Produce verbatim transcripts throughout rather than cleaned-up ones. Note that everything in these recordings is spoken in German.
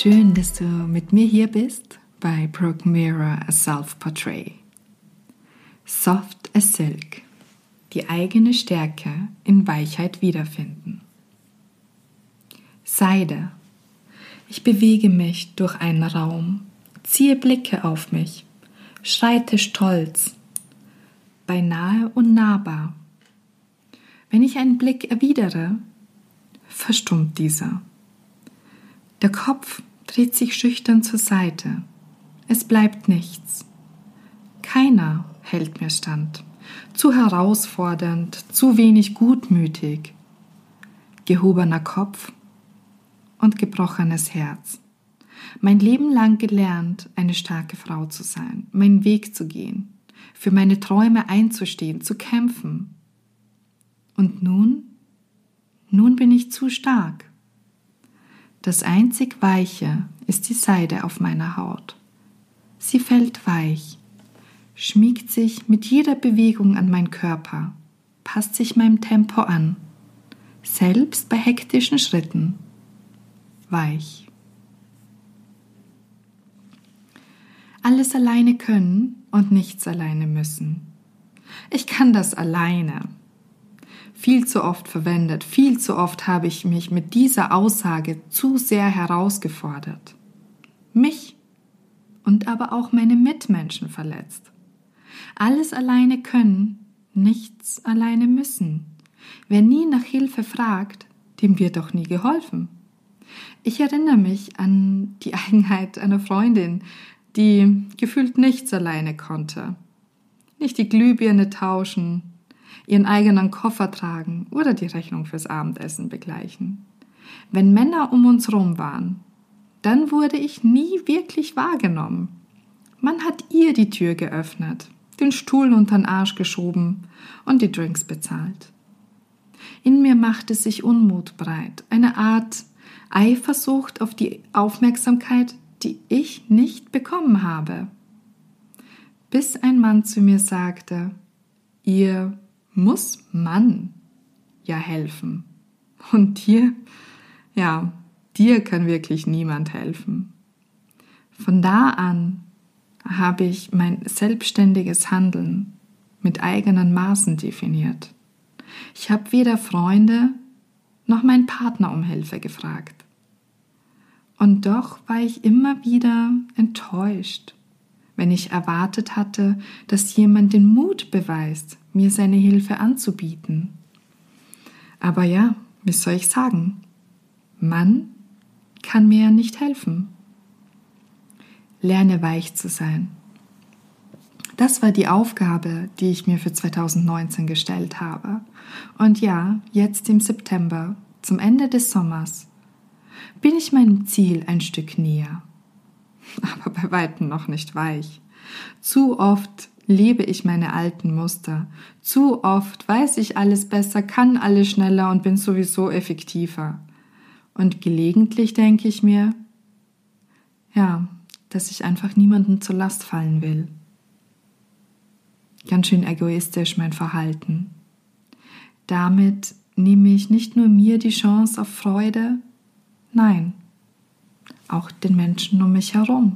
Schön, dass du mit mir hier bist bei Broken Mirror, a Self-Portrait. Soft as Silk, die eigene Stärke in Weichheit wiederfinden. Seide. Ich bewege mich durch einen Raum, ziehe Blicke auf mich, schreite stolz, beinahe unnahbar. Wenn ich einen Blick erwidere, verstummt dieser. Der Kopf dreht sich schüchtern zur Seite. Es bleibt nichts. Keiner hält mir stand. Zu herausfordernd, zu wenig gutmütig. Gehobener Kopf und gebrochenes Herz. Mein Leben lang gelernt, eine starke Frau zu sein, meinen Weg zu gehen, für meine Träume einzustehen, zu kämpfen. Und nun? Nun bin ich zu stark. Das einzig Weiche ist die Seide auf meiner Haut. Sie fällt weich, schmiegt sich mit jeder Bewegung an meinen Körper, passt sich meinem Tempo an, selbst bei hektischen Schritten. Weich. Alles alleine können und nichts alleine müssen. Ich kann das alleine. Viel zu oft verwendet, viel zu oft habe ich mich mit dieser Aussage zu sehr herausgefordert. Mich und aber auch meine Mitmenschen verletzt. Alles alleine können, nichts alleine müssen. Wer nie nach Hilfe fragt, dem wird auch nie geholfen. Ich erinnere mich an die Eigenheit einer Freundin, die gefühlt nichts alleine konnte. Nicht die Glühbirne tauschen, ihren eigenen Koffer tragen oder die Rechnung fürs Abendessen begleichen. Wenn Männer um uns rum waren, dann wurde ich nie wirklich wahrgenommen. Man hat ihr die Tür geöffnet, den Stuhl unter den Arsch geschoben und die Drinks bezahlt. In mir machte sich Unmut breit, eine Art Eifersucht auf die Aufmerksamkeit, die ich nicht bekommen habe. Bis ein Mann zu mir sagte, ihr muss man ja helfen. Und dir, ja, dir kann wirklich niemand helfen. Von da an habe ich mein selbstständiges Handeln mit eigenen Maßen definiert. Ich habe weder Freunde noch meinen Partner um Hilfe gefragt. Und doch war ich immer wieder enttäuscht, wenn ich erwartet hatte, dass jemand den Mut beweist, mir seine Hilfe anzubieten. Aber ja, wie soll ich sagen? Man kann mir ja nicht helfen. Lerne weich zu sein. Das war die Aufgabe, die ich mir für zwanzig neunzehn gestellt habe. Und ja, jetzt im September, zum Ende des Sommers, bin ich meinem Ziel ein Stück näher. Aber bei weitem noch nicht weich. Zu oft lebe ich meine alten Muster. Zu oft weiß ich alles besser, kann alles schneller und bin sowieso effektiver. Und gelegentlich denke ich mir, ja, dass ich einfach niemandem zur Last fallen will. Ganz schön egoistisch mein Verhalten. Damit nehme ich nicht nur mir die Chance auf Freude, nein, auch den Menschen um mich herum.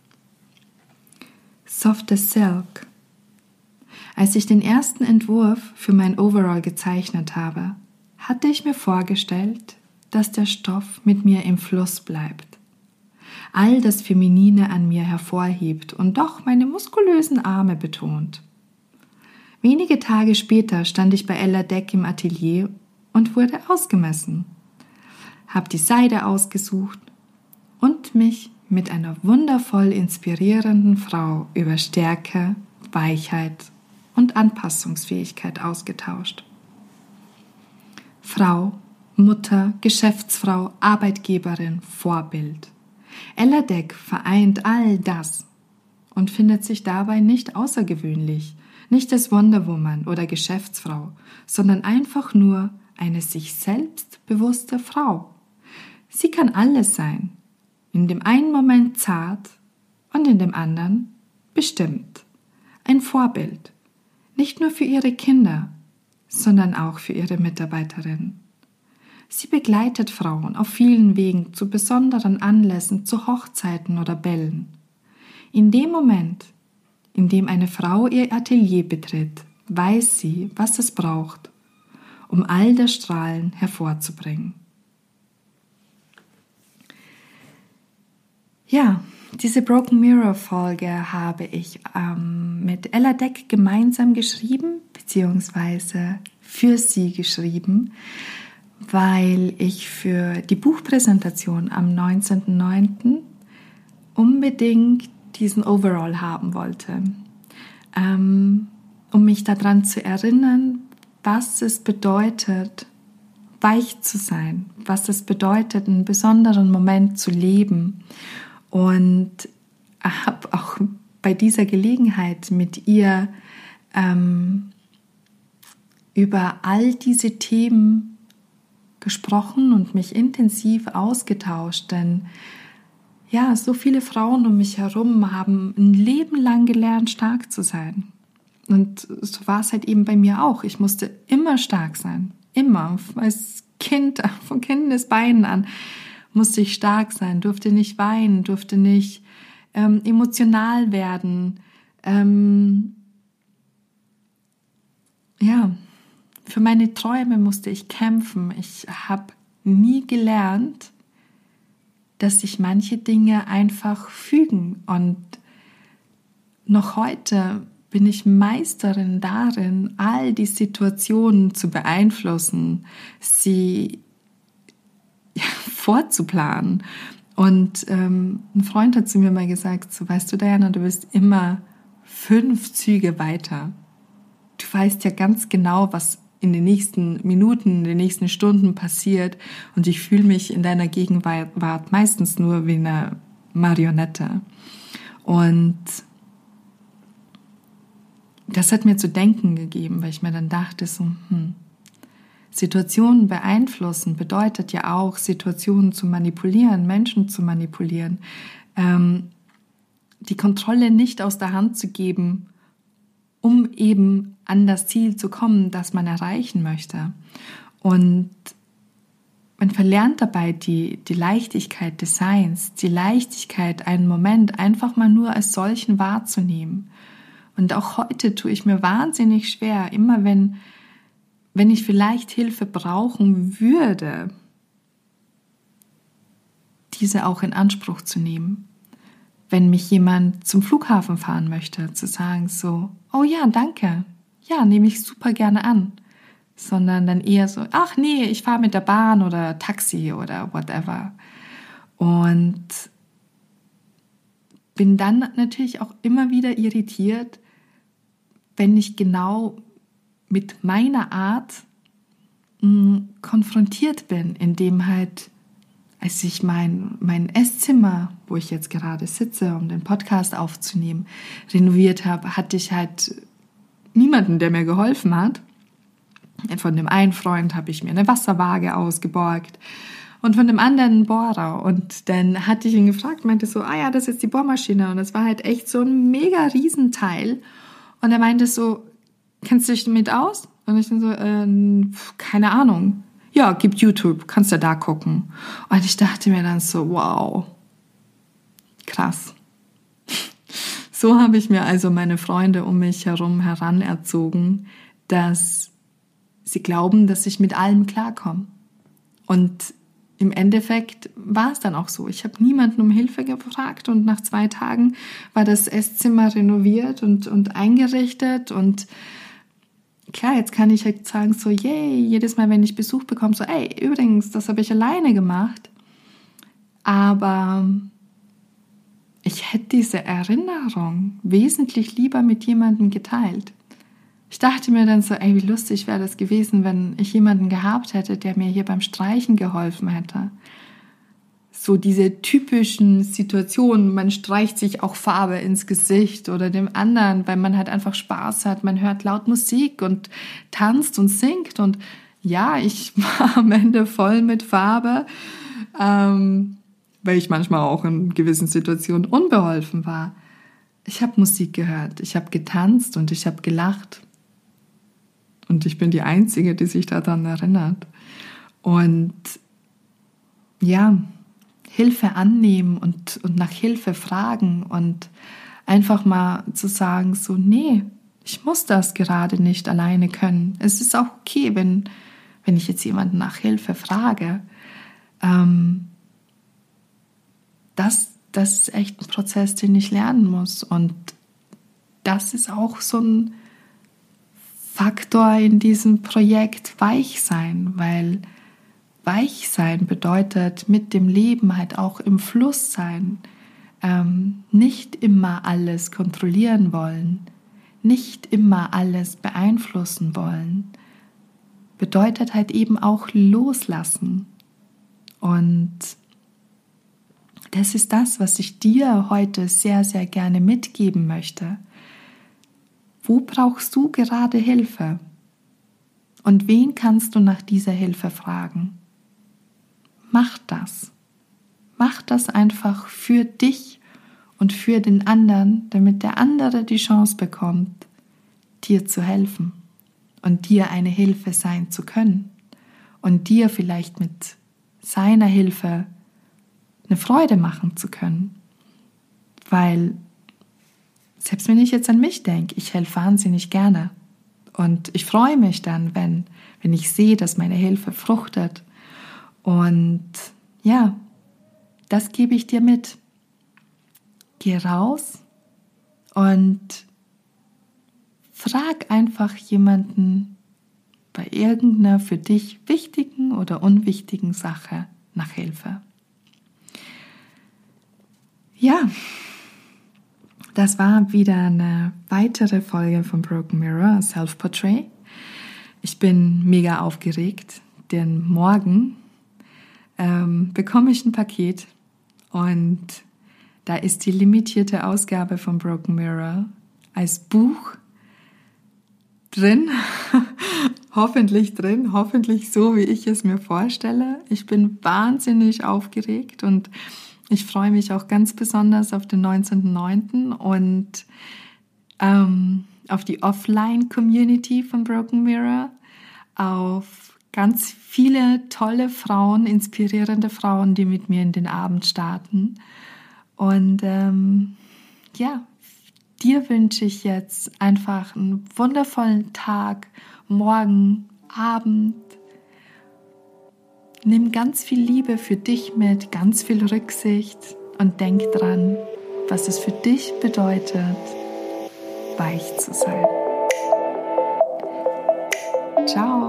Soft as Silk. Als ich den ersten Entwurf für mein Overall gezeichnet habe, hatte ich mir vorgestellt, dass der Stoff mit mir im Fluss bleibt. All das Feminine an mir hervorhebt und doch meine muskulösen Arme betont. Wenige Tage später stand ich bei Ella Deck im Atelier und wurde ausgemessen. Hab die Seide ausgesucht und mich mit einer wundervoll inspirierenden Frau über Stärke, Weichheit und Anpassungsfähigkeit ausgetauscht. Frau, Mutter, Geschäftsfrau, Arbeitgeberin, Vorbild. Ella Deck vereint all das und findet sich dabei nicht außergewöhnlich, nicht als Wonder Woman oder Geschäftsfrau, sondern einfach nur eine sich selbst bewusste Frau. Sie kann alles sein, in dem einen Moment zart und in dem anderen bestimmt. Ein Vorbild, nicht nur für ihre Kinder, sondern auch für ihre Mitarbeiterinnen. Sie begleitet Frauen auf vielen Wegen zu besonderen Anlässen, zu Hochzeiten oder Bällen. In dem Moment, in dem eine Frau ihr Atelier betritt, weiß sie, was es braucht, um all das Strahlen hervorzubringen. Ja, diese Broken Mirror Folge habe ich ähm, mit Ella Deck gemeinsam geschrieben, beziehungsweise für sie geschrieben, weil ich für die Buchpräsentation am neunzehnten neunten unbedingt diesen Overall haben wollte, ähm, um mich daran zu erinnern, was es bedeutet, weich zu sein, was es bedeutet, einen besonderen Moment zu leben. Und habe auch bei dieser Gelegenheit mit ihr ähm, über all diese Themen gesprochen und mich intensiv ausgetauscht, denn ja, so viele Frauen um mich herum haben ein Leben lang gelernt, stark zu sein. Und so war es halt eben bei mir auch. Ich musste immer stark sein, immer, als Kind, von Kindesbeinen an musste ich stark sein, durfte nicht weinen, durfte nicht ähm, emotional werden. Ähm, ja, für meine Träume musste ich kämpfen. Ich habe nie gelernt, dass sich manche Dinge einfach fügen. Und noch heute bin ich Meisterin darin, all die Situationen zu beeinflussen, sie ja, vorzuplanen. Und ähm, ein Freund hat zu mir mal gesagt, so, weißt du, Diana, du bist immer fünf Züge weiter. Du weißt ja ganz genau, was in den nächsten Minuten, in den nächsten Stunden passiert. Und ich fühle mich in deiner Gegenwart meistens nur wie eine Marionette. Und das hat mir zu denken gegeben, weil ich mir dann dachte, so, hm, Situationen beeinflussen bedeutet ja auch, Situationen zu manipulieren, Menschen zu manipulieren, ähm, die Kontrolle nicht aus der Hand zu geben, um eben an das Ziel zu kommen, das man erreichen möchte. Und man verlernt dabei die, die Leichtigkeit des Seins, die Leichtigkeit, einen Moment einfach mal nur als solchen wahrzunehmen. Und auch heute tue ich mir wahnsinnig schwer, immer wenn wenn ich vielleicht Hilfe brauchen würde, diese auch in Anspruch zu nehmen. Wenn mich jemand zum Flughafen fahren möchte, zu sagen so, oh ja, danke, ja, nehme ich super gerne an. Sondern dann eher so, ach nee, ich fahre mit der Bahn oder Taxi oder whatever. Und bin dann natürlich auch immer wieder irritiert, wenn ich genau mit meiner Art mh, konfrontiert bin, indem halt, als ich mein, mein Esszimmer, wo ich jetzt gerade sitze, um den Podcast aufzunehmen, renoviert habe, hatte ich halt niemanden, der mir geholfen hat. Von dem einen Freund habe ich mir eine Wasserwaage ausgeborgt und von dem anderen einen Bohrer. Und dann hatte ich ihn gefragt, meinte so, ah ja, das ist die Bohrmaschine. Und das war halt echt so ein mega Riesenteil. Und er meinte so, kennst du dich damit aus? Und ich dann so, äh, keine Ahnung. Ja, gibt YouTube, kannst du da gucken. Und ich dachte mir dann so, wow, krass. So habe ich mir also meine Freunde um mich herum heranerzogen, dass sie glauben, dass ich mit allem klarkomme. Und im Endeffekt war es dann auch so. Ich habe niemanden um Hilfe gefragt und nach zwei Tagen war das Esszimmer renoviert und, und eingerichtet. Und klar, jetzt kann ich halt sagen so, yay, jedes Mal, wenn ich Besuch bekomme, so, ey, übrigens, das habe ich alleine gemacht. Aber ich hätte diese Erinnerung wesentlich lieber mit jemandem geteilt. Ich dachte mir dann so, ey, wie lustig wäre das gewesen, wenn ich jemanden gehabt hätte, der mir hier beim Streichen geholfen hätte. So diese typischen Situationen, man streicht sich auch Farbe ins Gesicht oder dem anderen, weil man halt einfach Spaß hat, man hört laut Musik und tanzt und singt. Und ja, ich war am Ende voll mit Farbe, ähm, weil ich manchmal auch in gewissen Situationen unbeholfen war. Ich habe Musik gehört, ich habe getanzt und ich habe gelacht. Und ich bin die Einzige, die sich daran erinnert. Und ja, Hilfe annehmen und, und nach Hilfe fragen und einfach mal zu sagen, so, nee, ich muss das gerade nicht alleine können. Es ist auch okay, wenn, wenn ich jetzt jemanden nach Hilfe frage. Ähm, das, das ist echt ein Prozess, den ich lernen muss. Und das ist auch so ein Faktor in diesem Projekt Weichsein, weil Weichsein bedeutet mit dem Leben halt auch im Fluss sein, ähm, nicht immer alles kontrollieren wollen, nicht immer alles beeinflussen wollen, bedeutet halt eben auch loslassen. Und das ist das, was ich dir heute sehr, sehr gerne mitgeben möchte. Wo brauchst du gerade Hilfe? Und wen kannst du nach dieser Hilfe fragen? Mach das. Mach das einfach für dich und für den anderen, damit der andere die Chance bekommt, dir zu helfen und dir eine Hilfe sein zu können und dir vielleicht mit seiner Hilfe eine Freude machen zu können. Weil, selbst wenn ich jetzt an mich denke, ich helfe wahnsinnig gerne und ich freue mich dann, wenn, wenn ich sehe, dass meine Hilfe fruchtet. Und ja, das gebe ich dir mit. Geh raus und frag einfach jemanden bei irgendeiner für dich wichtigen oder unwichtigen Sache nach Hilfe. Ja, das war wieder eine weitere Folge von Broken Mirror, Self-Portrait. Ich bin mega aufgeregt, denn morgen ähm, bekomme ich ein Paket und da ist die limitierte Ausgabe von Broken Mirror als Buch drin, hoffentlich drin, hoffentlich so, wie ich es mir vorstelle. Ich bin wahnsinnig aufgeregt und ich freue mich auch ganz besonders auf den neunzehnten neunten und ähm, auf die Offline-Community von Broken Mirror, auf ganz viele tolle Frauen, inspirierende Frauen, die mit mir in den Abend starten. Und ähm, ja, dir wünsche ich jetzt einfach einen wundervollen Tag, morgen, Abend. Nimm ganz viel Liebe für dich mit, ganz viel Rücksicht und denk dran, was es für dich bedeutet, weich zu sein. Ciao.